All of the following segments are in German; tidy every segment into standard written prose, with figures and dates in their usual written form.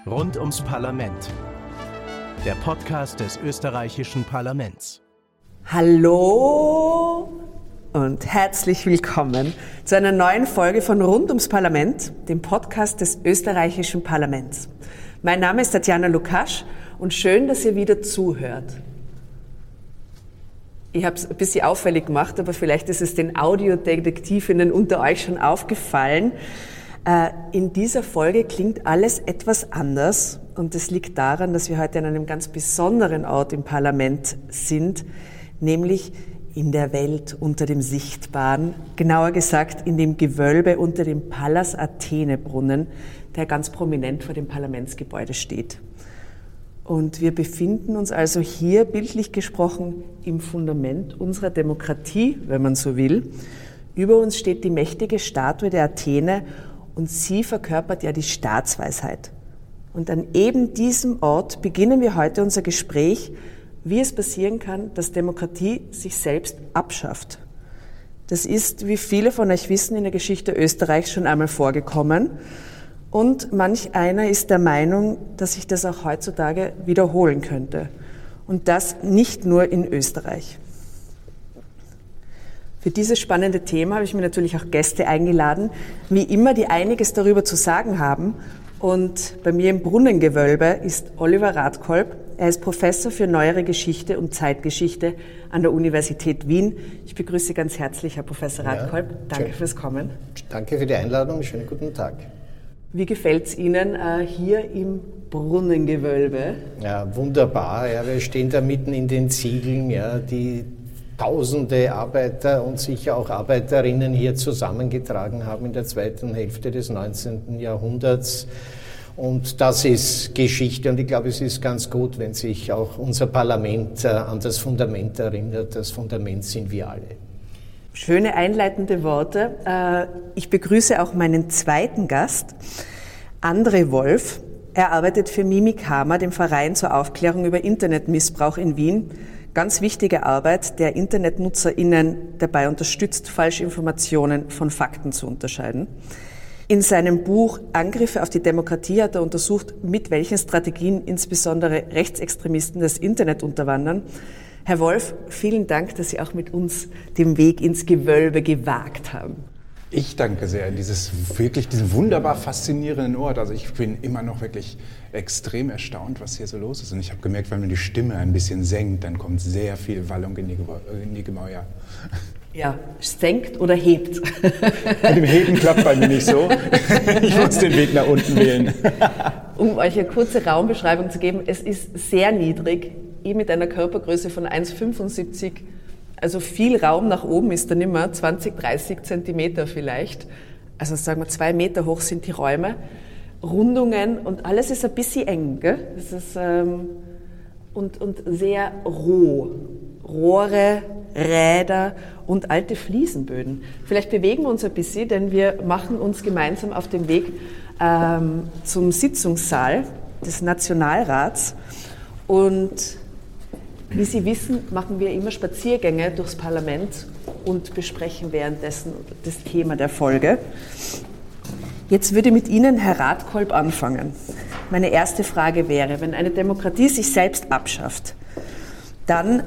Rund ums Parlament. Der Podcast des österreichischen Parlaments. Hallo und herzlich willkommen zu einer neuen Folge von Rund ums Parlament, dem Podcast des österreichischen Parlaments. Mein Name ist Tatjana Lukasch und schön, dass ihr wieder zuhört. Ich habe es ein bisschen auffällig gemacht, aber vielleicht ist es den Audiodetektivinnen unter euch schon aufgefallen. In dieser Folge klingt alles etwas anders und das liegt daran, dass wir heute an einem ganz besonderen Ort im Parlament sind, nämlich in der Welt unter dem Sichtbaren, genauer gesagt in dem Gewölbe unter dem Pallas Athene-Brunnen, der ganz prominent vor dem Parlamentsgebäude steht. Und wir befinden uns also hier, bildlich gesprochen, im Fundament unserer Demokratie, wenn man so will. Über uns steht die mächtige Statue der Athene und sie verkörpert ja die Staatsweisheit. Und an eben diesem Ort beginnen wir heute unser Gespräch, wie es passieren kann, dass Demokratie sich selbst abschafft. Das ist, wie viele von euch wissen, in der Geschichte Österreichs schon einmal vorgekommen. Und manch einer ist der Meinung, dass sich das auch heutzutage wiederholen könnte. Und das nicht nur in Österreich. Für dieses spannende Thema habe ich mir natürlich auch Gäste eingeladen, wie immer, die einiges darüber zu sagen haben. Und bei mir im Brunnengewölbe ist Oliver Radkolb. Er ist Professor für Neuere Geschichte und Zeitgeschichte an der Universität Wien. Ich begrüße ganz herzlich, Herr Professor Radkolb. Danke fürs Kommen. Danke für die Einladung. Schönen guten Tag. Wie gefällt es Ihnen hier im Brunnengewölbe? Ja, wunderbar. Ja, wir stehen da mitten in den Ziegeln, ja, die Tausende Arbeiter und sicher auch Arbeiterinnen hier zusammengetragen haben in der zweiten Hälfte des 19. Jahrhunderts. Und das ist Geschichte und ich glaube, es ist ganz gut, wenn sich auch unser Parlament an das Fundament erinnert. Das Fundament sind wir alle. Schöne einleitende Worte. Ich begrüße auch meinen zweiten Gast, André Wolf. Er arbeitet für Mimikama, dem Verein zur Aufklärung über Internetmissbrauch in Wien. Ganz wichtige Arbeit, der InternetnutzerInnen dabei unterstützt, Falschinformationen von Fakten zu unterscheiden. In seinem Buch Angriffe auf die Demokratie hat er untersucht, mit welchen Strategien insbesondere Rechtsextremisten das Internet unterwandern. Herr Wolf, vielen Dank, dass Sie auch mit uns den Weg ins Gewölbe gewagt haben. Ich danke sehr, diesen wunderbar faszinierenden Ort. Also ich bin immer noch wirklich extrem erstaunt, was hier so los ist. Und ich habe gemerkt, wenn man die Stimme ein bisschen senkt, dann kommt sehr viel Wallung in die Gemäuer. Ja, senkt oder hebt. Mit dem Heben klappt bei mir nicht so. Ich muss den Weg nach unten wählen. Um euch eine kurze Raumbeschreibung zu geben, es ist sehr niedrig. Ich mit einer Körpergröße von 1,75, also viel Raum nach oben ist da nimmer, 20, 30 Zentimeter vielleicht. Also sagen wir 2 Meter hoch sind die Räume. Rundungen und alles ist ein bisschen eng, gell? Das ist, und sehr roh. Rohre, Räder und alte Fliesenböden. Vielleicht bewegen wir uns ein bisschen, denn wir machen uns gemeinsam auf den Weg zum Sitzungssaal des Nationalrats. Und wie Sie wissen, machen wir immer Spaziergänge durchs Parlament und besprechen währenddessen das Thema der Folge. Jetzt würde mit Ihnen, Herr Radkolb, anfangen. Meine erste Frage wäre, wenn eine Demokratie sich selbst abschafft, dann,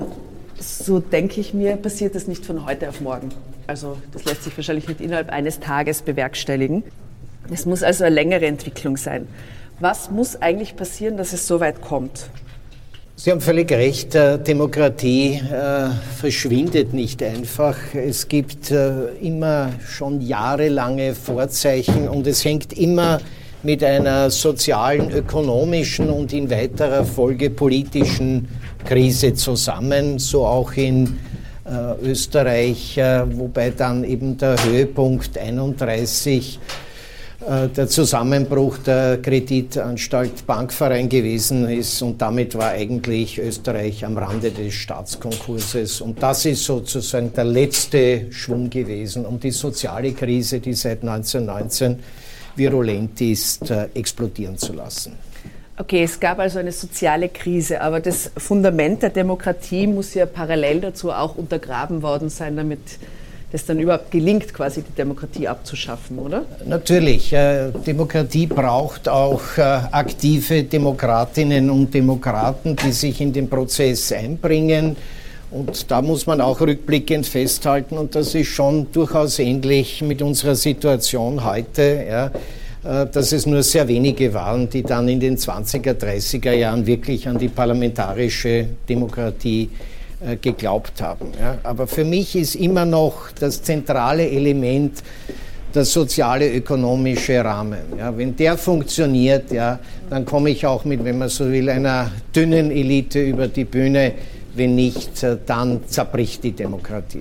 so denke ich mir, passiert das nicht von heute auf morgen. Also das lässt sich wahrscheinlich nicht innerhalb eines Tages bewerkstelligen. Es muss also eine längere Entwicklung sein. Was muss eigentlich passieren, dass es so weit kommt? Sie haben völlig recht, Demokratie verschwindet nicht einfach. Es gibt immer schon jahrelange Vorzeichen und es hängt immer mit einer sozialen, ökonomischen und in weiterer Folge politischen Krise zusammen, so auch in Österreich, wobei dann eben der Höhepunkt 31 der Zusammenbruch der Kreditanstalt Bankverein gewesen ist und damit war eigentlich Österreich am Rande des Staatskonkurses und das ist sozusagen der letzte Schwung gewesen, um die soziale Krise, die seit 1919 virulent ist, explodieren zu lassen. Okay, es gab also eine soziale Krise, aber das Fundament der Demokratie muss ja parallel dazu auch untergraben worden sein, damit das dann überhaupt gelingt, quasi die Demokratie abzuschaffen, oder? Natürlich. Demokratie braucht auch aktive Demokratinnen und Demokraten, die sich in den Prozess einbringen. Und da muss man auch rückblickend festhalten, und das ist schon durchaus ähnlich mit unserer Situation heute, ja, dass es nur sehr wenige waren, die dann in den 20er, 30er Jahren wirklich an die parlamentarische Demokratie geglaubt haben. Ja. Aber für mich ist immer noch das zentrale Element der soziale, ökonomische Rahmen. Ja. Wenn der funktioniert, ja, dann komme ich auch mit, wenn man so will, einer dünnen Elite über die Bühne. Wenn nicht, dann zerbricht die Demokratie.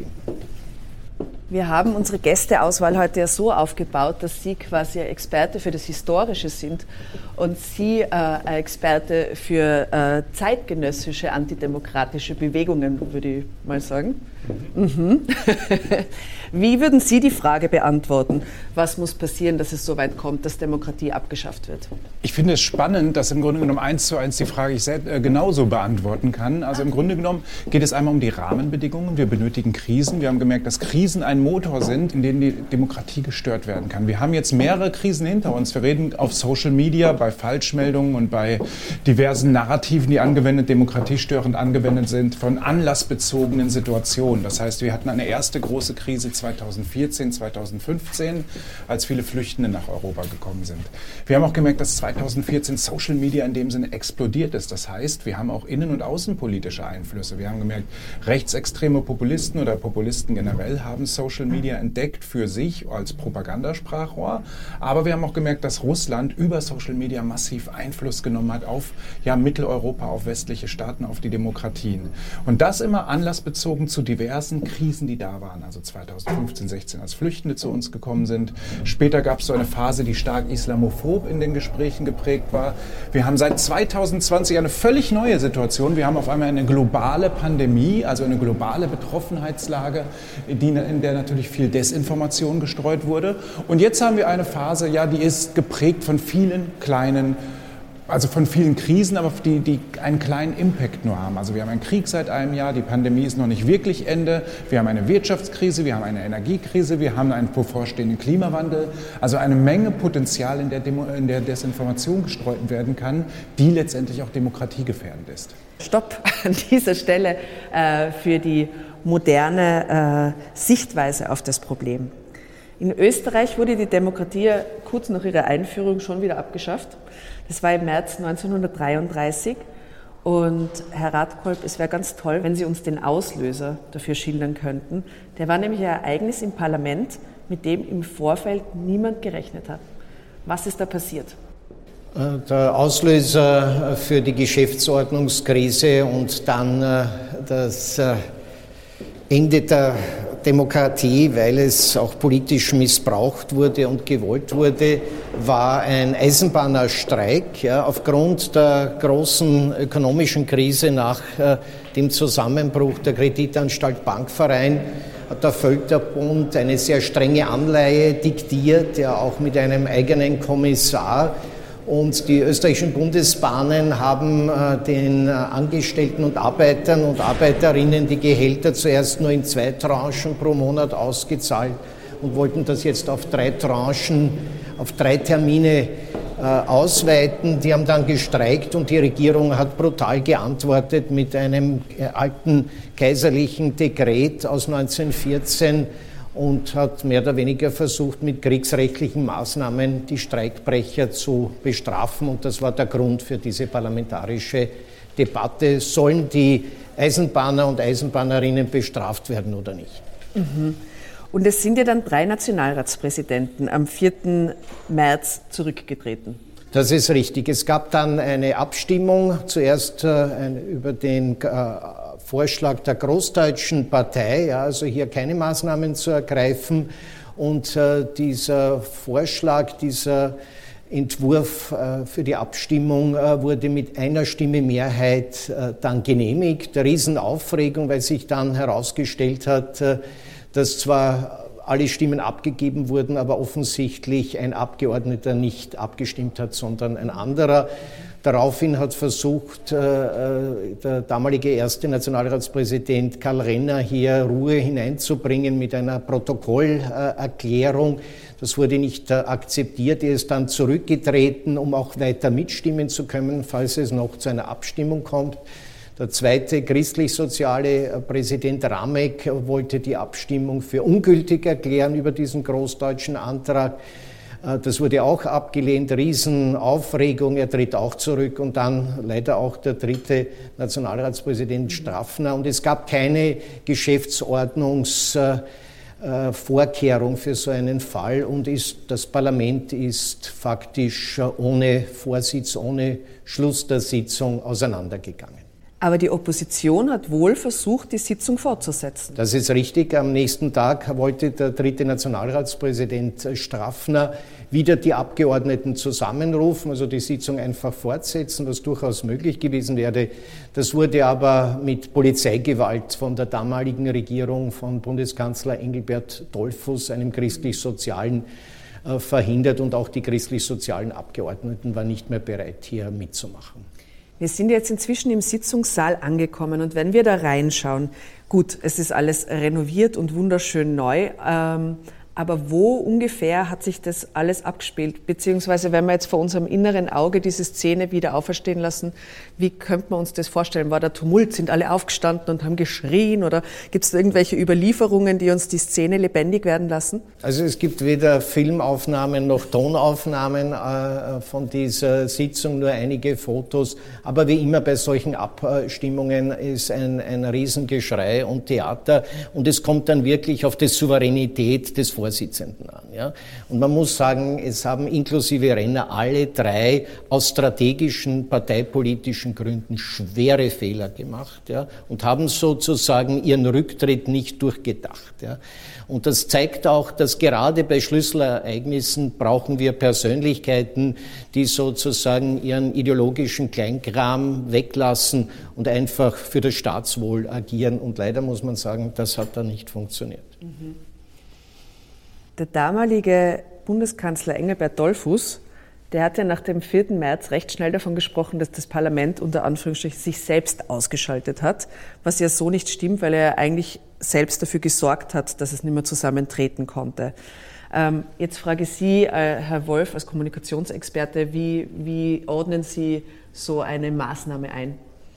Wir haben unsere Gästeauswahl heute ja so aufgebaut, dass Sie quasi ein Experte für das Historische sind und Sie ein Experte für zeitgenössische antidemokratische Bewegungen, würde ich mal sagen. Mhm. Wie würden Sie die Frage beantworten? Was muss passieren, dass es so weit kommt, dass Demokratie abgeschafft wird? Ich finde es spannend, dass im Grunde genommen 1:1 die Frage ich genauso beantworten kann. Also im Grunde genommen geht es einmal um die Rahmenbedingungen. Wir benötigen Krisen. Wir haben gemerkt, dass Krisen ein Motor sind, in denen die Demokratie gestört werden kann. Wir haben jetzt mehrere Krisen hinter uns. Wir reden auf Social Media, bei Falschmeldungen und bei diversen Narrativen, die demokratiestörend angewendet sind, von anlassbezogenen Situationen. Das heißt, wir hatten eine erste große Krise 2014, 2015, als viele Flüchtende nach Europa gekommen sind. Wir haben auch gemerkt, dass 2014 Social Media in dem Sinne explodiert ist. Das heißt, wir haben auch innen- und außenpolitische Einflüsse. Wir haben gemerkt, rechtsextreme Populisten oder Populisten generell haben Social Media entdeckt für sich als Propagandasprachrohr. Aber wir haben auch gemerkt, dass Russland über Social Media massiv Einfluss genommen hat auf Mitteleuropa, auf westliche Staaten, auf die Demokratien. Und das immer anlassbezogen zu diversen Krisen, die da waren. Also 2015, 16, als Flüchtende zu uns gekommen sind. Später gab es so eine Phase, die stark islamophob in den Gesprächen geprägt war. Wir haben seit 2020 eine völlig neue Situation. Wir haben auf einmal eine globale Pandemie, also eine globale Betroffenheitslage, in der natürlich viel Desinformation gestreut wurde. Und jetzt haben wir eine Phase, die ist geprägt von vielen Krisen, aber die einen kleinen Impact nur haben. Also wir haben einen Krieg seit einem Jahr, die Pandemie ist noch nicht wirklich Ende, wir haben eine Wirtschaftskrise, wir haben eine Energiekrise, wir haben einen bevorstehenden Klimawandel, also eine Menge Potenzial, in der Desinformation gestreut werden kann, die letztendlich auch demokratiegefährdend ist. Stopp an dieser Stelle für die moderne Sichtweise auf das Problem. In Österreich wurde die Demokratie kurz nach ihrer Einführung schon wieder abgeschafft. Das war im März 1933. Und Herr Radkolb, es wäre ganz toll, wenn Sie uns den Auslöser dafür schildern könnten. Der war nämlich ein Ereignis im Parlament, mit dem im Vorfeld niemand gerechnet hat. Was ist da passiert? Der Auslöser für die Geschäftsordnungskrise und dann das Ende der Demokratie, weil es auch politisch missbraucht wurde und gewollt wurde, war ein Eisenbahnerstreik. Ja, aufgrund der großen ökonomischen Krise nach dem Zusammenbruch der Kreditanstalt Bankverein hat der Völkerbund eine sehr strenge Anleihe diktiert, ja auch mit einem eigenen Kommissar. Und die österreichischen Bundesbahnen haben den Angestellten und Arbeitern und Arbeiterinnen die Gehälter zuerst nur in 2 Tranchen pro Monat ausgezahlt und wollten das jetzt auf 3 Tranchen, auf 3 Termine ausweiten. Die haben dann gestreikt und die Regierung hat brutal geantwortet mit einem alten kaiserlichen Dekret aus 1914 und hat mehr oder weniger versucht, mit kriegsrechtlichen Maßnahmen die Streikbrecher zu bestrafen. Und das war der Grund für diese parlamentarische Debatte. Sollen die Eisenbahner und Eisenbahnerinnen bestraft werden oder nicht? Mhm. Und es sind ja dann 3 Nationalratspräsidenten am 4. März zurückgetreten. Das ist richtig. Es gab dann eine Abstimmung, zuerst über den Vorschlag der Großdeutschen Partei, also hier keine Maßnahmen zu ergreifen. Und dieser Vorschlag, dieser Entwurf für die Abstimmung wurde mit einer Stimme Mehrheit dann genehmigt. Riesenaufregung, weil sich dann herausgestellt hat, dass zwar alle Stimmen abgegeben wurden, aber offensichtlich ein Abgeordneter nicht abgestimmt hat, sondern ein anderer. Daraufhin hat versucht, der damalige erste Nationalratspräsident Karl Renner hier Ruhe hineinzubringen mit einer Protokollerklärung. Das wurde nicht akzeptiert. Er ist dann zurückgetreten, um auch weiter mitstimmen zu können, falls es noch zu einer Abstimmung kommt. Der zweite christlich-soziale Präsident Ramek wollte die Abstimmung für ungültig erklären über diesen großdeutschen Antrag. Das wurde auch abgelehnt, Riesenaufregung, er tritt auch zurück und dann leider auch der dritte Nationalratspräsident Straffner. Und es gab keine Geschäftsordnungsvorkehrung für so einen Fall und das Parlament ist faktisch ohne Vorsitz, ohne Schluss der Sitzung auseinandergegangen. Aber die Opposition hat wohl versucht, die Sitzung fortzusetzen. Das ist richtig. Am nächsten Tag wollte der dritte Nationalratspräsident Straffner wieder die Abgeordneten zusammenrufen, also die Sitzung einfach fortsetzen, was durchaus möglich gewesen wäre. Das wurde aber mit Polizeigewalt von der damaligen Regierung von Bundeskanzler Engelbert Dollfuß, einem christlich-sozialen, verhindert und auch die christlich-sozialen Abgeordneten waren nicht mehr bereit, hier mitzumachen. Wir sind jetzt inzwischen im Sitzungssaal angekommen und wenn wir da reinschauen, gut, es ist alles renoviert und wunderschön neu, aber wo ungefähr hat sich das alles abgespielt? Beziehungsweise wenn wir jetzt vor unserem inneren Auge diese Szene wieder auferstehen lassen, wie könnte man uns das vorstellen? War da Tumult? Sind alle aufgestanden und haben geschrien? Oder gibt es irgendwelche Überlieferungen, die uns die Szene lebendig werden lassen? Also es gibt weder Filmaufnahmen noch Tonaufnahmen von dieser Sitzung, nur einige Fotos. Aber wie immer bei solchen Abstimmungen ist ein Riesengeschrei und Theater. Und es kommt dann wirklich auf die Souveränität des Vorsitzenden an. Ja? Und man muss sagen, es haben inklusive Renner alle drei aus strategischen, parteipolitischen Gründen schwere Fehler gemacht, ja? Und haben sozusagen ihren Rücktritt nicht durchgedacht. Ja? Und das zeigt auch, dass gerade bei Schlüsselereignissen brauchen wir Persönlichkeiten, die sozusagen ihren ideologischen Kleinkram weglassen und einfach für das Staatswohl agieren. Und leider muss man sagen, das hat da nicht funktioniert. Der damalige Bundeskanzler Engelbert Dollfuß, der hat ja nach dem 4. März recht schnell davon gesprochen, dass das Parlament unter Anführungsstrichen sich selbst ausgeschaltet hat, was ja so nicht stimmt, weil er eigentlich selbst dafür gesorgt hat, dass es nicht mehr zusammentreten konnte. Jetzt frage ich Sie, Herr Wolf, als Kommunikationsexperte, wie ordnen Sie so eine Maßnahme ein?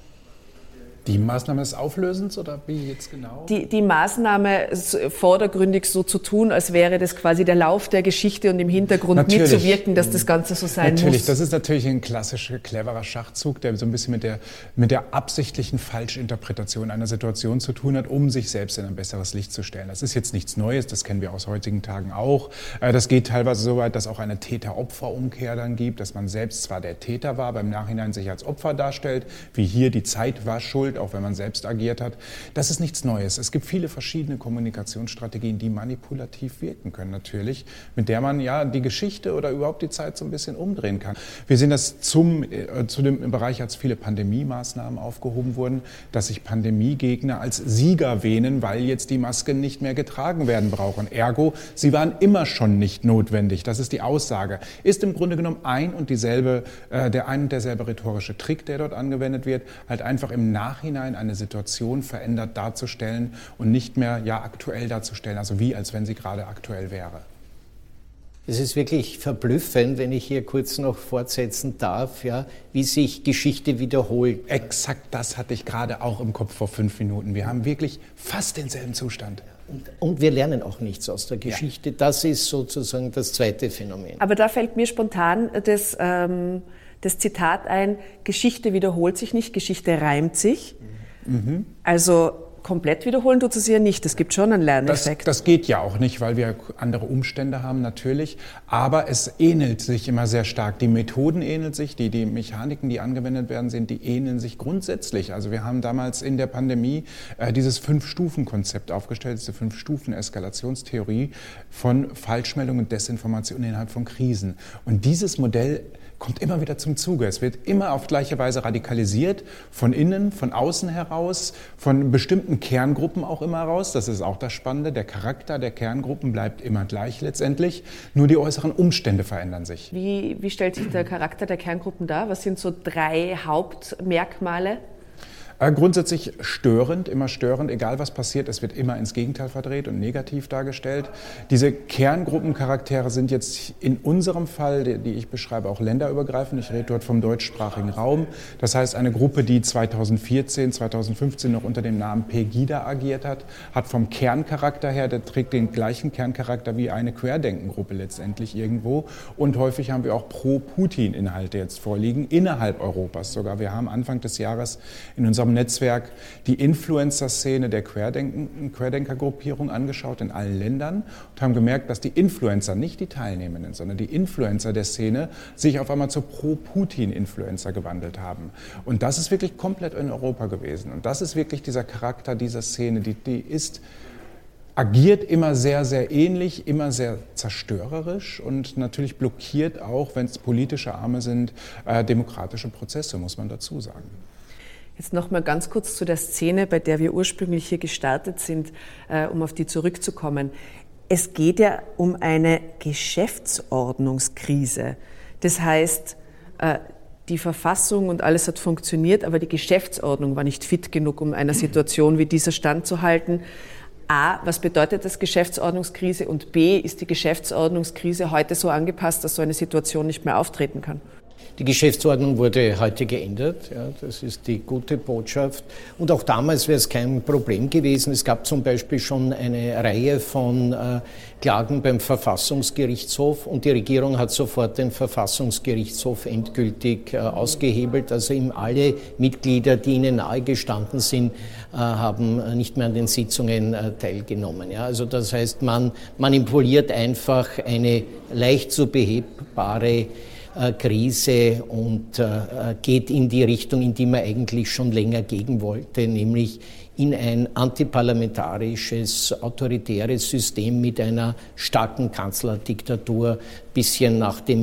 Die Maßnahme des Auflösens oder wie jetzt genau? Die Maßnahme vordergründig so zu tun, als wäre das quasi der Lauf der Geschichte und im Hintergrund mitzuwirken, dass das Ganze so sein muss. Natürlich, das ist natürlich ein klassischer, cleverer Schachzug, der so ein bisschen mit der absichtlichen Falschinterpretation einer Situation zu tun hat, um sich selbst in ein besseres Licht zu stellen. Das ist jetzt nichts Neues, das kennen wir aus heutigen Tagen auch. Das geht teilweise so weit, dass auch eine Täter-Opfer-Umkehr dann gibt, dass man selbst zwar der Täter war, aber im Nachhinein sich als Opfer darstellt, wie hier die Zeit war schuld, auch wenn man selbst agiert hat. Das ist nichts Neues. Es gibt viele verschiedene Kommunikationsstrategien, die manipulativ wirken können natürlich, mit der man ja die Geschichte oder überhaupt die Zeit so ein bisschen umdrehen kann. Wir sehen das zu dem Bereich, als viele Pandemie-Maßnahmen aufgehoben wurden, dass sich Pandemiegegner als Sieger wähnen, weil jetzt die Masken nicht mehr getragen werden brauchen. Ergo, sie waren immer schon nicht notwendig. Das ist die Aussage. Ist im Grunde genommen ein und derselbe rhetorische Trick, der dort angewendet wird, halt einfach im Nachhinein eine Situation verändert darzustellen und nicht mehr aktuell darzustellen, also wie als wenn sie gerade aktuell wäre. Es ist wirklich verblüffend, wenn ich hier kurz noch fortsetzen darf, ja, wie sich Geschichte wiederholt. Exakt das hatte ich gerade auch im Kopf vor 5 Minuten. Wir haben wirklich fast denselben Zustand. Und wir lernen auch nichts aus der Geschichte. Ja. Das ist sozusagen das zweite Phänomen. Aber da fällt mir spontan das Zitat ein, Geschichte wiederholt sich nicht, Geschichte reimt sich. Mhm. Also komplett wiederholen tut es ja nicht. Es gibt schon einen Lerneffekt. Das geht ja auch nicht, weil wir andere Umstände haben natürlich. Aber es ähnelt sich immer sehr stark. Die Methoden ähneln sich, die Mechaniken, die angewendet werden, die ähneln sich grundsätzlich. Also wir haben damals in der Pandemie dieses 5-Stufen-Konzept aufgestellt, diese 5-Stufen-Eskalationstheorie von Falschmeldungen und Desinformation innerhalb von Krisen. Und dieses Modell kommt immer wieder zum Zuge. Es wird immer auf gleiche Weise radikalisiert, von innen, von außen heraus, von bestimmten Kerngruppen auch immer heraus. Das ist auch das Spannende. Der Charakter der Kerngruppen bleibt immer gleich letztendlich, nur die äußeren Umstände verändern sich. Wie stellt sich der Charakter der Kerngruppen dar? Was sind so 3 Hauptmerkmale? Grundsätzlich immer störend, egal was passiert, es wird immer ins Gegenteil verdreht und negativ dargestellt. Diese Kerngruppencharaktere sind jetzt in unserem Fall, die ich beschreibe, auch länderübergreifend. Ich rede dort vom deutschsprachigen Raum. Das heißt, eine Gruppe, die 2014, 2015 noch unter dem Namen Pegida agiert hat vom Kerncharakter her, der trägt den gleichen Kerncharakter wie eine Querdenkengruppe letztendlich irgendwo. Und häufig haben wir auch Pro-Putin-Inhalte jetzt vorliegen, innerhalb Europas sogar. Wir haben Anfang des Jahres in unserem Netzwerk die Influencer-Szene der Querdenkergruppierung angeschaut in allen Ländern und haben gemerkt, dass die Influencer, nicht die Teilnehmenden, sondern die Influencer der Szene sich auf einmal zu Pro-Putin-Influencer gewandelt haben. Und das ist wirklich komplett in Europa gewesen. Und das ist wirklich dieser Charakter dieser Szene, agiert immer sehr, sehr ähnlich, immer sehr zerstörerisch und natürlich blockiert auch, wenn es politische Arme sind, demokratische Prozesse, muss man dazu sagen. Jetzt noch mal ganz kurz zu der Szene, bei der wir ursprünglich hier gestartet sind, um auf die zurückzukommen. Es geht ja um eine Geschäftsordnungskrise. Das heißt, die Verfassung und alles hat funktioniert, aber die Geschäftsordnung war nicht fit genug, um einer Situation wie dieser standzuhalten. A, was bedeutet das Geschäftsordnungskrise? Und B, ist die Geschäftsordnungskrise heute so angepasst, dass so eine Situation nicht mehr auftreten kann? Die Geschäftsordnung wurde heute geändert, ja, das ist die gute Botschaft. Und auch damals wäre es kein Problem gewesen. Es gab zum Beispiel schon eine Reihe von Klagen beim Verfassungsgerichtshof und die Regierung hat sofort den Verfassungsgerichtshof endgültig ausgehebelt. Also ihm alle Mitglieder, die ihnen nahe gestanden sind, haben nicht mehr an den Sitzungen teilgenommen. Ja. Also das heißt, man manipuliert einfach eine leicht zu behebbare Krise und geht in die Richtung, in die man eigentlich schon länger gehen wollte, nämlich in ein antiparlamentarisches, autoritäres System mit einer starken Kanzlerdiktatur, bisschen nach dem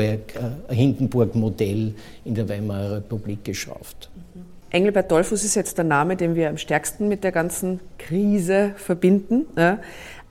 Hindenburg-Modell in der Weimarer Republik geschraubt. Engelbert Dollfuß ist jetzt der Name, den wir am stärksten mit der ganzen Krise verbinden. Ja.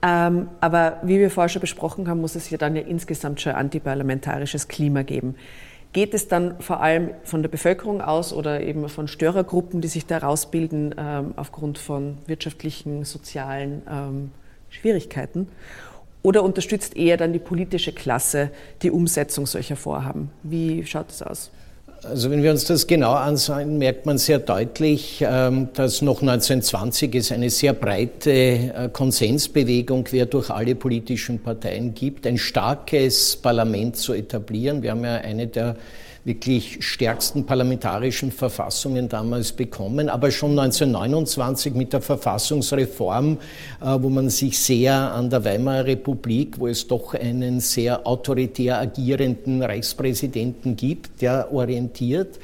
Aber wie wir vorher schon besprochen haben, muss es ja dann ja insgesamt schon antiparlamentarisches Klima geben. Geht es dann vor allem von der Bevölkerung aus oder eben von Störergruppen, die sich da rausbilden aufgrund von wirtschaftlichen, sozialen Schwierigkeiten? Oder unterstützt eher dann die politische Klasse die Umsetzung solcher Vorhaben? Wie schaut das aus? Also wenn wir uns das genau ansehen, merkt man sehr deutlich, dass noch 1920 es eine sehr breite Konsensbewegung quer durch alle politischen Parteien gibt, ein starkes Parlament zu etablieren. Wir haben ja eine der wirklich stärksten parlamentarischen Verfassungen damals bekommen, aber schon 1929 mit der Verfassungsreform, wo man sich sehr an der Weimarer Republik, wo es doch einen sehr autoritär agierenden Reichspräsidenten gibt, der orientiert.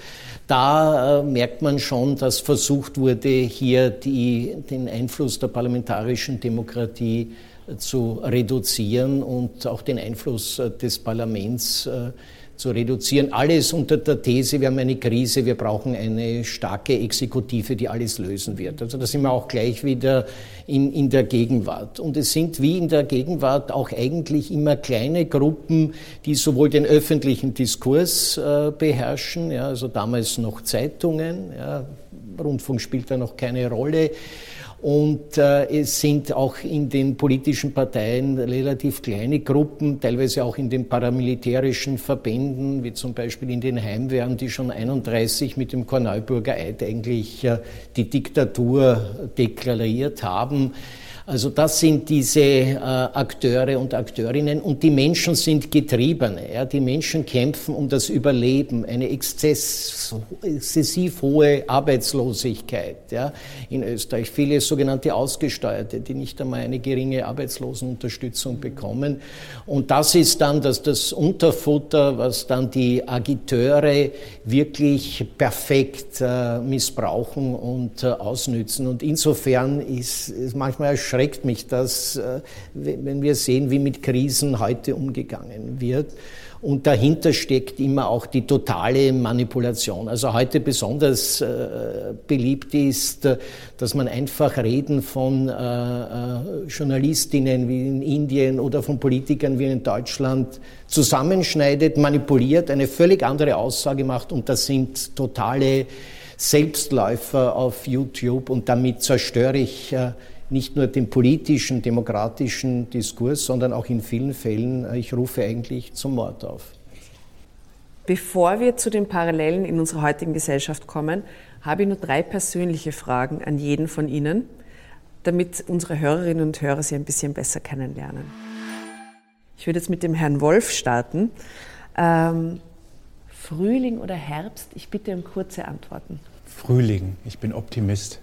Da merkt man schon, dass versucht wurde, hier den Einfluss der parlamentarischen Demokratie zu reduzieren und auch den Einfluss des Parlaments zu reduzieren. Alles unter der These, wir haben eine Krise, wir brauchen eine starke Exekutive, die alles lösen wird. Also da sind wir auch gleich wieder in der Gegenwart. Und es sind wie in der Gegenwart auch eigentlich immer kleine Gruppen, die sowohl den öffentlichen Diskurs beherrschen, ja, also damals noch Zeitungen, ja, Rundfunk spielt da noch keine Rolle. Und es sind auch in den politischen Parteien relativ kleine Gruppen, teilweise auch in den paramilitärischen Verbänden, wie zum Beispiel in den Heimwehren, die schon 1931 mit dem Korneuburger Eid eigentlich die Diktatur deklariert haben. Also das sind diese Akteure und Akteurinnen und die Menschen sind Getriebene. Ja? Die Menschen kämpfen um das Überleben, eine exzessiv hohe Arbeitslosigkeit, ja? In Österreich. Viele sogenannte Ausgesteuerte, die nicht einmal eine geringe Arbeitslosenunterstützung bekommen. Und das ist dann das Unterfutter, was dann die Agiteure wirklich perfekt missbrauchen und ausnützen. Und insofern ist manchmal erschreckt mich das, wenn wir sehen, wie mit Krisen heute umgegangen wird. Und dahinter steckt immer auch die totale Manipulation. Also heute besonders beliebt ist, dass man einfach Reden von Journalistinnen wie in Indien oder von Politikern wie in Deutschland zusammenschneidet, manipuliert, eine völlig andere Aussage macht, und das sind totale Selbstläufer auf YouTube, und damit zerstöre ich nicht nur den politischen, demokratischen Diskurs, sondern auch in vielen Fällen, ich rufe eigentlich zum Mord auf. Bevor wir zu den Parallelen in unserer heutigen Gesellschaft kommen, habe ich nur 3 persönliche Fragen an jeden von Ihnen, damit unsere Hörerinnen und Hörer Sie ein bisschen besser kennenlernen. Ich würde jetzt mit dem Herrn Wolf starten. Frühling oder Herbst? Ich bitte um kurze Antworten. Frühling, ich bin Optimist.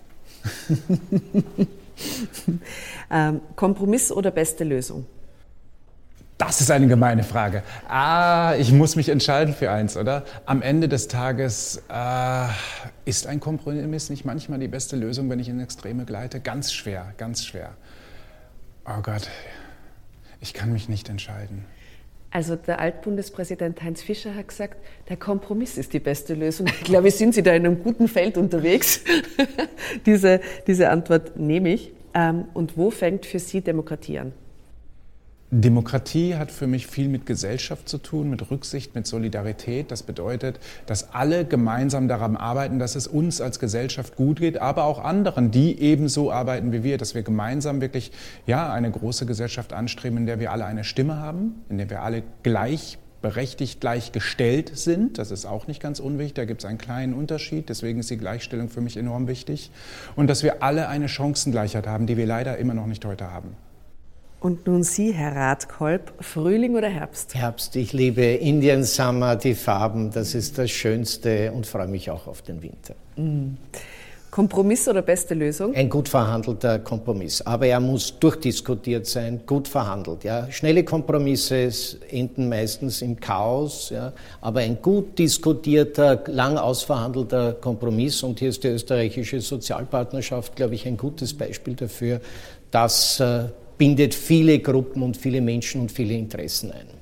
Kompromiss oder beste Lösung? Das ist eine gemeine Frage. Ich muss mich entscheiden für eins, oder? Am Ende des Tages ist ein Kompromiss nicht manchmal die beste Lösung, wenn ich in Extreme gleite? Ganz schwer, ganz schwer. Oh Gott, ich kann mich nicht entscheiden. Also der Altbundespräsident Heinz Fischer hat gesagt, der Kompromiss ist die beste Lösung. Ich glaube, sind Sie da in einem guten Feld unterwegs? Diese Antwort nehme ich. Und wo fängt für Sie Demokratie an? Demokratie hat für mich viel mit Gesellschaft zu tun, mit Rücksicht, mit Solidarität. Das bedeutet, dass alle gemeinsam daran arbeiten, dass es uns als Gesellschaft gut geht, aber auch anderen, die ebenso arbeiten wie wir, dass wir gemeinsam wirklich eine große Gesellschaft anstreben, in der wir alle eine Stimme haben, in der wir alle gleichberechtigt, gleichgestellt sind. Das ist auch nicht ganz unwichtig, da gibt es einen kleinen Unterschied, deswegen ist die Gleichstellung für mich enorm wichtig. Und dass wir alle eine Chancengleichheit haben, die wir leider immer noch nicht heute haben. Und nun Sie, Herr Radkolb, Frühling oder Herbst? Herbst, ich liebe Indian Summer, die Farben, das ist das Schönste, und freue mich auch auf den Winter. Kompromiss oder beste Lösung? Ein gut verhandelter Kompromiss, aber er muss durchdiskutiert sein, gut verhandelt. Ja. Schnelle Kompromisse enden meistens im Chaos, ja. Aber ein gut diskutierter, lang ausverhandelter Kompromiss, und hier ist die österreichische Sozialpartnerschaft, glaube ich, ein gutes Beispiel dafür, dass bindet viele Gruppen und viele Menschen und viele Interessen ein.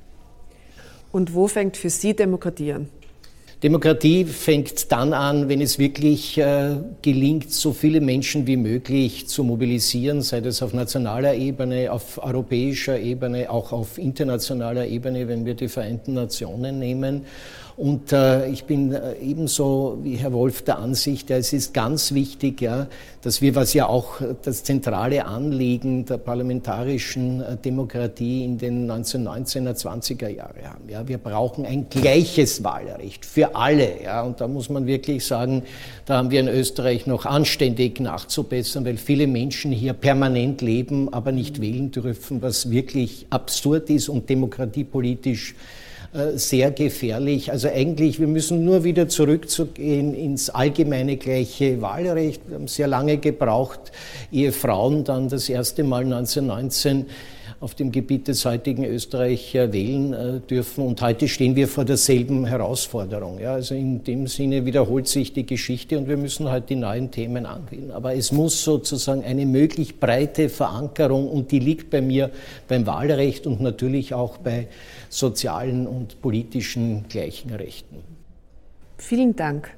Und wo fängt für Sie Demokratie an? Demokratie fängt dann an, wenn es wirklich gelingt, so viele Menschen wie möglich zu mobilisieren, sei das auf nationaler Ebene, auf europäischer Ebene, auch auf internationaler Ebene, wenn wir die Vereinten Nationen nehmen. Und ich bin ebenso wie Herr Wolf der Ansicht, es ist ganz wichtig, dass wir, was ja auch das zentrale Anliegen der parlamentarischen Demokratie in den 19er, 20er Jahren haben. Ja. Wir brauchen ein gleiches Wahlrecht für alle. Ja. Und da muss man wirklich sagen, da haben wir in Österreich noch anständig nachzubessern, weil viele Menschen hier permanent leben, aber nicht wählen dürfen, was wirklich absurd ist und demokratiepolitisch sehr gefährlich. Also eigentlich, wir müssen nur wieder zurückzugehen ins allgemeine gleiche Wahlrecht. Wir haben sehr lange gebraucht, ehe Frauen dann das erste Mal 1919 auf dem Gebiet des heutigen Österreich wählen dürfen. Und heute stehen wir vor derselben Herausforderung. Ja, also in dem Sinne wiederholt sich die Geschichte und wir müssen heute die neuen Themen angehen. Aber es muss sozusagen eine möglich breite Verankerung, und die liegt bei mir beim Wahlrecht und natürlich auch bei sozialen und politischen gleichen Rechten. Vielen Dank.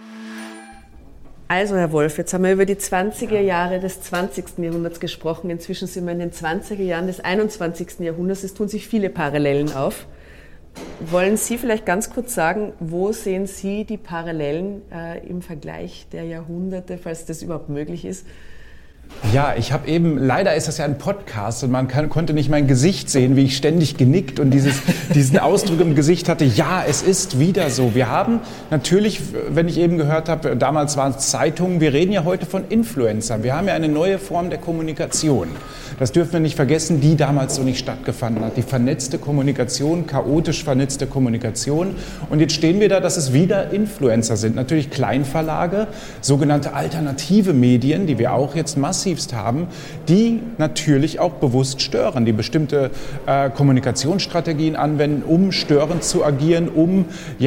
Also, Herr Wolf, jetzt haben wir über die 20er Jahre des 20. Jahrhunderts gesprochen. Inzwischen sind wir in den 20er Jahren des 21. Jahrhunderts. Es tun sich viele Parallelen auf. Wollen Sie vielleicht ganz kurz sagen, wo sehen Sie die Parallelen im Vergleich der Jahrhunderte, falls das überhaupt möglich ist? Ja, ich habe eben, leider ist das ja ein Podcast und man konnte nicht mein Gesicht sehen, wie ich ständig genickt und diesen Ausdruck im Gesicht hatte, ja, es ist wieder so. Wir haben natürlich, wenn ich eben gehört habe, damals waren es Zeitungen, wir reden ja heute von Influencern. Wir haben ja eine neue Form der Kommunikation. Das dürfen wir nicht vergessen, die damals so nicht stattgefunden hat. Die vernetzte Kommunikation, chaotisch vernetzte Kommunikation. Und jetzt stehen wir da, dass es wieder Influencer sind. Natürlich Kleinverlage, sogenannte alternative Medien, die wir auch jetzt massiv massivst haben, die natürlich auch bewusst stören, die bestimmte Kommunikationsstrategien anwenden, um störend zu agieren, um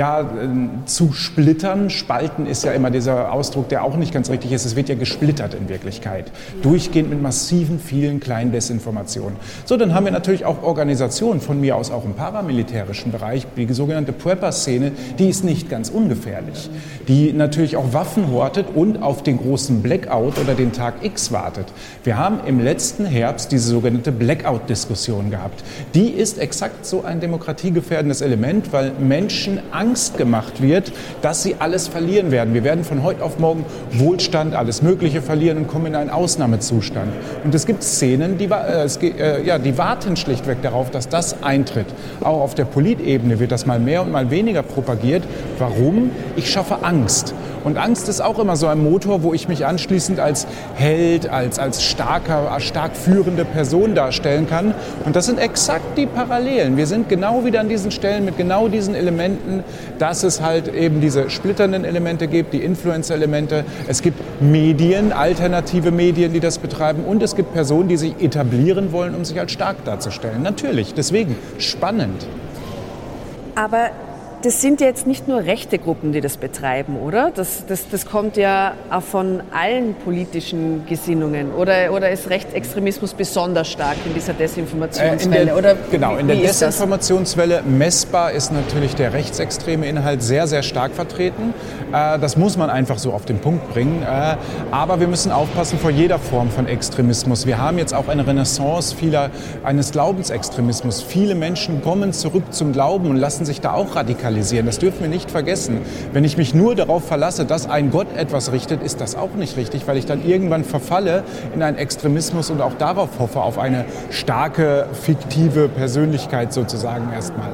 zu splittern. Spalten ist ja immer dieser Ausdruck, der auch nicht ganz richtig ist. Es wird ja gesplittert in Wirklichkeit. Durchgehend mit massiven, vielen kleinen Desinformationen. So, dann haben wir natürlich auch Organisationen, von mir aus auch im paramilitärischen Bereich, die sogenannte Prepper-Szene, die ist nicht ganz ungefährlich. Die natürlich auch Waffen hortet und auf den großen Blackout oder den Tag X wartet. Wir haben im letzten Herbst diese sogenannte Blackout-Diskussion gehabt. Die ist exakt so ein demokratiegefährdendes Element, weil Menschen Angst gemacht wird, dass sie alles verlieren werden. Wir werden von heute auf morgen Wohlstand, alles Mögliche verlieren und kommen in einen Ausnahmezustand. Und es gibt Szenen, die warten schlichtweg darauf, dass das eintritt. Auch auf der Politebene wird das mal mehr und mal weniger propagiert. Warum? Ich schaffe Angst. Und Angst ist auch immer so ein Motor, wo ich mich anschließend als Held, als stark führende Person darstellen kann. Und das sind exakt die Parallelen. Wir sind genau wieder an diesen Stellen mit genau diesen Elementen, dass es halt eben diese splitternden Elemente gibt, die Influencer-Elemente. Es gibt Medien, alternative Medien, die das betreiben. Und es gibt Personen, die sich etablieren wollen, um sich als stark darzustellen. Natürlich, deswegen spannend. Aber das sind ja jetzt nicht nur rechte Gruppen, die das betreiben, oder? Das kommt ja auch von allen politischen Gesinnungen. Oder ist Rechtsextremismus besonders stark in dieser Desinformationswelle? In der Desinformationswelle messbar ist natürlich der rechtsextreme Inhalt sehr, sehr stark vertreten. Das muss man einfach so auf den Punkt bringen. Aber wir müssen aufpassen vor jeder Form von Extremismus. Wir haben jetzt auch eine Renaissance eines Glaubensextremismus. Viele Menschen kommen zurück zum Glauben und lassen sich da auch radikalisieren. Das dürfen wir nicht vergessen. Wenn ich mich nur darauf verlasse, dass ein Gott etwas richtet, ist das auch nicht richtig, weil ich dann irgendwann verfalle in einen Extremismus und auch darauf hoffe, auf eine starke, fiktive Persönlichkeit sozusagen erstmal.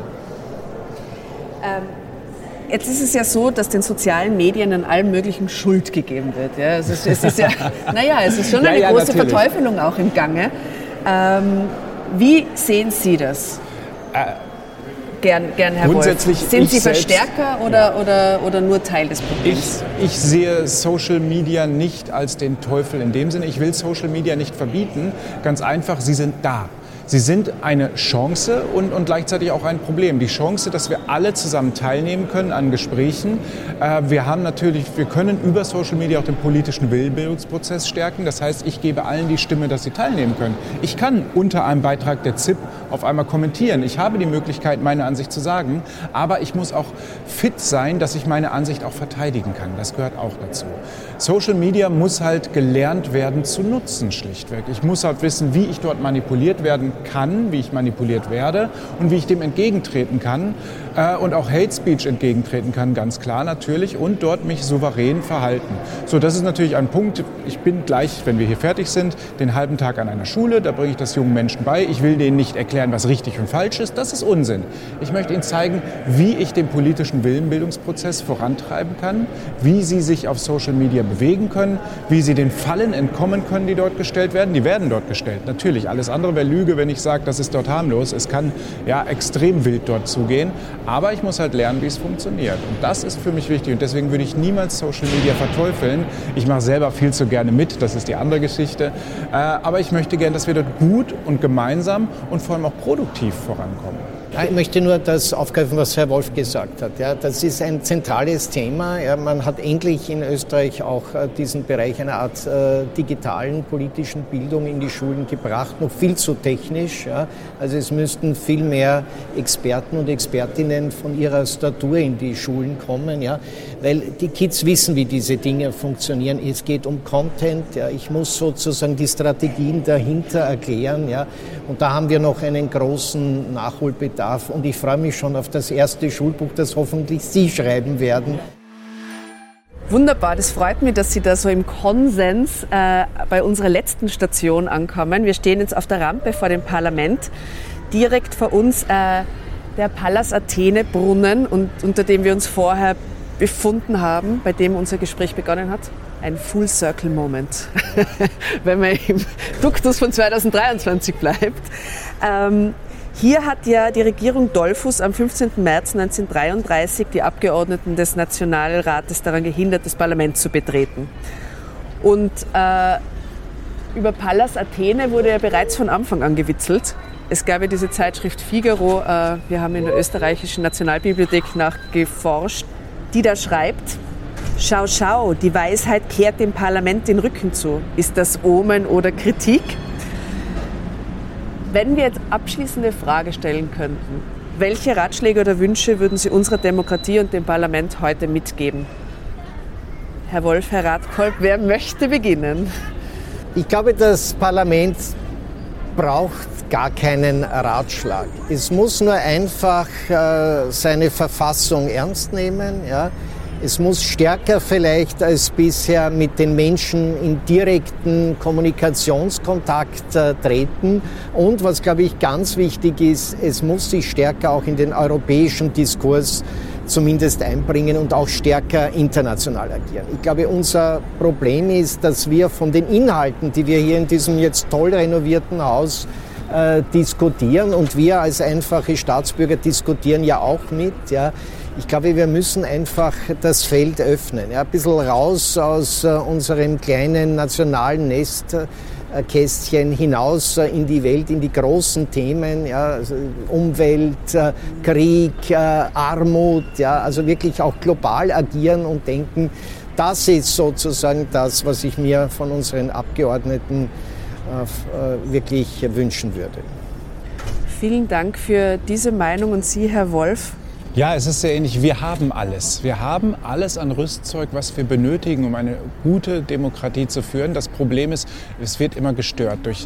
Jetzt ist es ja so, dass den sozialen Medien an allem Möglichen Schuld gegeben wird. Ja? Es ist ja, es ist schon eine große natürlich. Verteufelung auch im Gange. Wie sehen Sie das? Gern, Herr Wolf. Sind Sie Verstärker oder nur Teil des Problems? Ich sehe Social Media nicht als den Teufel in dem Sinne. Ich will Social Media nicht verbieten. Ganz einfach, sie sind da. Sie sind eine Chance und gleichzeitig auch ein Problem. Die Chance, dass wir alle zusammen teilnehmen können an Gesprächen. Wir können über Social Media auch den politischen Willensbildungsprozess stärken. Das heißt, ich gebe allen die Stimme, dass sie teilnehmen können. Ich kann unter einem Beitrag der ZIP auf einmal kommentieren. Ich habe die Möglichkeit, meine Ansicht zu sagen, aber ich muss auch fit sein, dass ich meine Ansicht auch verteidigen kann. Das gehört auch dazu. Social Media muss halt gelernt werden zu nutzen, schlichtweg. Ich muss halt wissen, wie ich dort manipuliert werden kann, wie ich manipuliert werde und wie ich dem entgegentreten kann und auch Hate Speech entgegentreten kann, ganz klar natürlich, und dort mich souverän verhalten. So, das ist natürlich ein Punkt. Ich bin gleich, wenn wir hier fertig sind, den halben Tag an einer Schule, da bringe ich das jungen Menschen bei. Ich will denen nicht erklären, was richtig und falsch ist. Das ist Unsinn. Ich möchte ihnen zeigen, wie ich den politischen Willenbildungsprozess vorantreiben kann, wie sie sich auf Social Media bewegen können, wie sie den Fallen entkommen können, die dort gestellt werden. Die werden dort gestellt, natürlich. Alles andere wäre Lüge, wenn ich sage, das ist dort harmlos. Es kann extrem wild dort zugehen, aber ich muss halt lernen, wie es funktioniert. Und das ist für mich wichtig und deswegen würde ich niemals Social Media verteufeln. Ich mache selber viel zu gerne mit, das ist die andere Geschichte. Aber ich möchte gerne, dass wir dort gut und gemeinsam und vor allem auch produktiv vorankommen. Ich möchte nur das aufgreifen, was Herr Wolf gesagt hat. Ja, das ist ein zentrales Thema. Ja, man hat endlich in Österreich auch diesen Bereich einer Art digitalen politischen Bildung in die Schulen gebracht. Noch viel zu technisch. Ja. Also es müssten viel mehr Experten und Expertinnen von ihrer Statur in die Schulen kommen. Ja, weil die Kids wissen, wie diese Dinge funktionieren. Es geht um Content. Ja. Ich muss sozusagen die Strategien dahinter erklären. Ja. Und da haben wir noch einen großen Nachholbedarf. Und ich freue mich schon auf das erste Schulbuch, das hoffentlich Sie schreiben werden. Wunderbar, das freut mich, dass Sie da so im Konsens bei unserer letzten Station ankommen. Wir stehen jetzt auf der Rampe vor dem Parlament. Direkt vor uns der Pallas Athene Brunnen, unter dem wir uns vorher befunden haben, bei dem unser Gespräch begonnen hat. Ein Full-Circle-Moment, wenn man im Duktus von 2023 bleibt. Hier hat ja die Regierung Dollfuß am 15. März 1933 die Abgeordneten des Nationalrates daran gehindert, das Parlament zu betreten. Und Über Pallas Athene wurde ja bereits von Anfang an gewitzelt. Es gab ja diese Zeitschrift Figaro, wir haben in der österreichischen Nationalbibliothek nachgeforscht, die da schreibt: Schau, schau, die Weisheit kehrt dem Parlament den Rücken zu. Ist das Omen oder Kritik? Wenn wir jetzt abschließende Frage stellen könnten, welche Ratschläge oder Wünsche würden Sie unserer Demokratie und dem Parlament heute mitgeben? Herr Wolf, Herr Radkolb, wer möchte beginnen? Ich glaube, das Parlament braucht gar keinen Ratschlag. Es muss nur einfach seine Verfassung ernst nehmen. Ja. Es muss stärker vielleicht als bisher mit den Menschen in direkten Kommunikationskontakt treten. Und was, glaube ich, ganz wichtig ist, es muss sich stärker auch in den europäischen Diskurs zumindest einbringen und auch stärker international agieren. Ich glaube, unser Problem ist, dass wir von den Inhalten, die wir hier in diesem jetzt toll renovierten Haus diskutieren, und wir als einfache Staatsbürger diskutieren ja auch mit, ja. Ich glaube, wir müssen einfach das Feld öffnen, ja, ein bisschen raus aus unserem kleinen nationalen Nestkästchen hinaus in die Welt, in die großen Themen, ja, also Umwelt, Krieg, Armut, ja, also wirklich auch global agieren und denken. Das ist sozusagen das, was ich mir von unseren Abgeordneten wirklich wünschen würde. Vielen Dank für diese Meinung. Und Sie, Herr Wolf? Ja, es ist sehr ähnlich. Wir haben alles. Wir haben alles an Rüstzeug, was wir benötigen, um eine gute Demokratie zu führen. Das Problem ist, es wird immer gestört durch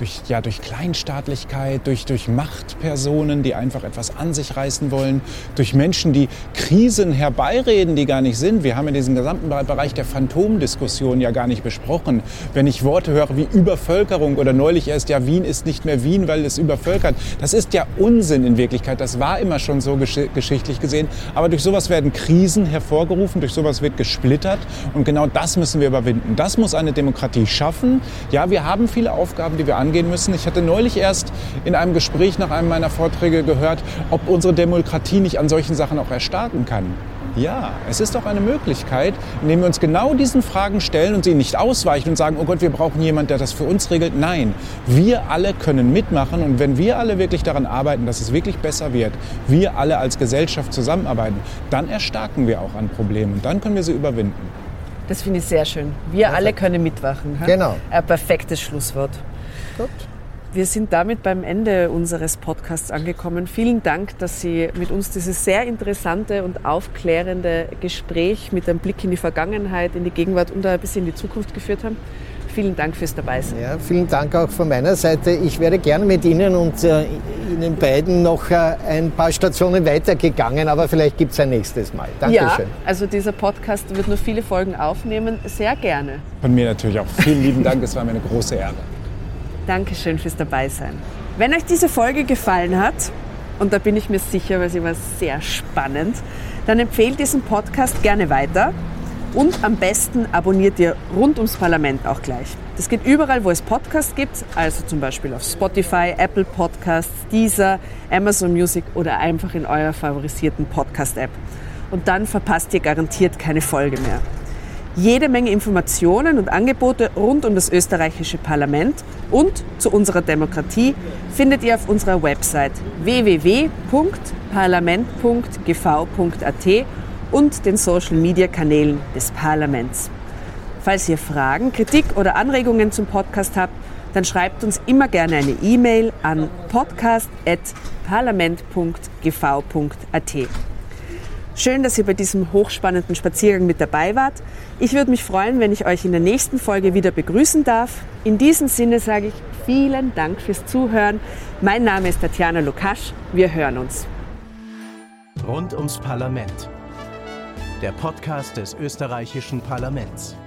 Kleinstaatlichkeit, durch Machtpersonen, die einfach etwas an sich reißen wollen, durch Menschen, die Krisen herbeireden, die gar nicht sind. Wir haben in diesem gesamten Bereich der Phantomdiskussion ja gar nicht besprochen. Wenn ich Worte höre wie Übervölkerung oder neulich erst, ja, Wien ist nicht mehr Wien, weil es übervölkert. Das ist ja Unsinn in Wirklichkeit. Das war immer schon so geschichtlich gesehen. Aber durch sowas werden Krisen hervorgerufen, durch sowas wird gesplittert und genau das müssen wir überwinden. Das muss eine Demokratie schaffen. Ja, wir haben viele Aufgaben, die wir angehen müssen. Ich hatte neulich erst in einem Gespräch nach einem meiner Vorträge gehört, ob unsere Demokratie nicht an solchen Sachen auch erstarken kann. Ja, es ist doch eine Möglichkeit, indem wir uns genau diesen Fragen stellen und sie nicht ausweichen und sagen, oh Gott, wir brauchen jemanden, der das für uns regelt. Nein, wir alle können mitmachen und wenn wir alle wirklich daran arbeiten, dass es wirklich besser wird, wir alle als Gesellschaft zusammenarbeiten, dann erstarken wir auch an Problemen und dann können wir sie überwinden. Das finde ich sehr schön. Wir alle können mitmachen. Genau. Ein perfektes Schlusswort. Gut. Wir sind damit beim Ende unseres Podcasts angekommen. Vielen Dank, dass Sie mit uns dieses sehr interessante und aufklärende Gespräch mit einem Blick in die Vergangenheit, in die Gegenwart und ein bisschen in die Zukunft geführt haben. Vielen Dank fürs Dabeisein. Ja, vielen Dank auch von meiner Seite. Ich wäre gerne mit Ihnen und Ihnen beiden noch ein paar Stationen weitergegangen, aber vielleicht gibt es ein nächstes Mal. Dankeschön. Ja, also dieser Podcast wird noch viele Folgen aufnehmen. Sehr gerne. Von mir natürlich auch. Vielen lieben Dank, es war mir eine große Ehre. Dankeschön fürs Dabeisein. Wenn euch diese Folge gefallen hat, und da bin ich mir sicher, weil sie war sehr spannend, dann empfehlt diesen Podcast gerne weiter und am besten abonniert ihr rund ums Parlament auch gleich. Das geht überall, wo es Podcasts gibt, also zum Beispiel auf Spotify, Apple Podcasts, Deezer, Amazon Music oder einfach in eurer favorisierten Podcast-App. Und dann verpasst ihr garantiert keine Folge mehr. Jede Menge Informationen und Angebote rund um das österreichische Parlament und zu unserer Demokratie findet ihr auf unserer Website www.parlament.gv.at und den Social-Media-Kanälen des Parlaments. Falls ihr Fragen, Kritik oder Anregungen zum Podcast habt, dann schreibt uns immer gerne eine E-Mail an podcast@parlament.gv.at. Schön, dass ihr bei diesem hochspannenden Spaziergang mit dabei wart. Ich würde mich freuen, wenn ich euch in der nächsten Folge wieder begrüßen darf. In diesem Sinne sage ich vielen Dank fürs Zuhören. Mein Name ist Tatjana Lukasch. Wir hören uns. Rund ums Parlament. Der Podcast des österreichischen Parlaments.